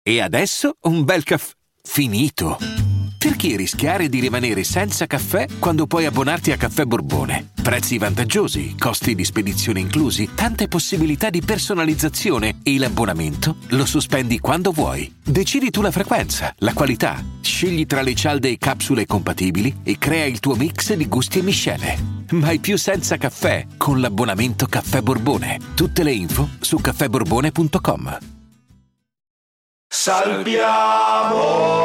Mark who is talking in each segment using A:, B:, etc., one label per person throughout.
A: E adesso un bel caffè finito. Perché rischiare di rimanere senza caffè quando puoi abbonarti a Caffè Borbone? Prezzi vantaggiosi, costi di spedizione inclusi, tante possibilità di personalizzazione e l'abbonamento lo sospendi quando vuoi. Decidi tu la frequenza, la qualità, scegli tra le cialde e capsule compatibili e crea il tuo mix di gusti e miscele. Mai più senza caffè con l'abbonamento Caffè Borbone. Tutte le info su caffèborbone.com.
B: Salviamo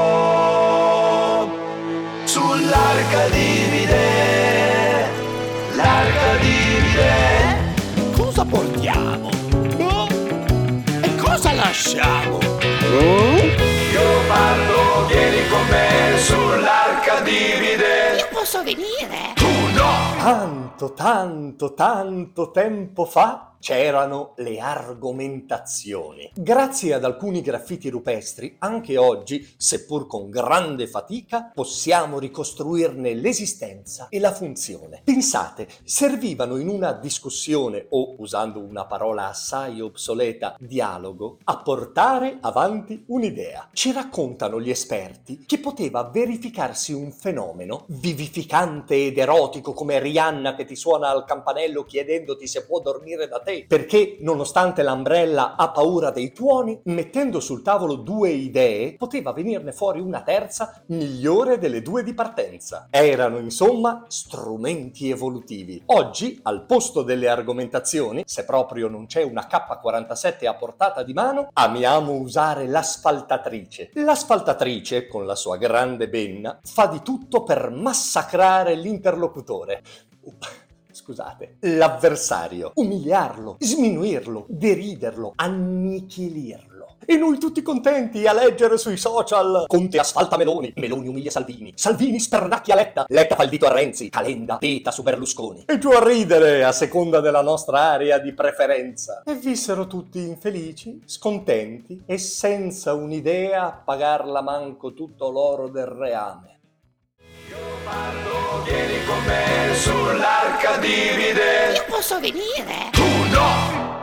B: sull'Arcadivide, l'Arcadivide.
C: Cosa portiamo? E cosa lasciamo?
B: Io parlo, vieni con me sull'Arcadivide.
C: Io posso venire?
B: Tu no!
D: Tanto tempo fa c'erano le argomentazioni. Grazie ad alcuni graffiti rupestri, anche oggi, seppur con grande fatica, possiamo ricostruirne l'esistenza e la funzione. Pensate, servivano in una discussione o, usando una parola assai obsoleta, dialogo, a portare avanti un'idea. Ci raccontano gli esperti che poteva verificarsi un fenomeno vivificante ed erotico come Rihanna che ti suona al campanello chiedendoti se può dormire da te, perché nonostante l'Umbrella ha paura dei tuoni, mettendo sul tavolo due idee poteva venirne fuori una terza migliore delle due di partenza. Erano insomma strumenti evolutivi. Oggi, al posto delle argomentazioni, se proprio non c'è una K47 a portata di mano, amiamo usare l'asfaltatrice. L'asfaltatrice, con la sua grande benna, fa di tutto per massacrare l'interlocutore. Scusate, l'avversario, umiliarlo, sminuirlo, deriderlo, annichilirlo. E noi tutti contenti a leggere sui social: Conte asfalta Meloni, Meloni umilia Salvini, Salvini spernacchia Letta, Letta fa il dito a Renzi, Calenda peta su Berlusconi. E giù a ridere a seconda della nostra area di preferenza. E vissero tutti infelici, scontenti e senza un'idea a pagarla manco tutto l'oro del reame.
B: Io parlo, vieni con me sull'Arcadivide.
C: Io posso venire?
B: Tu no!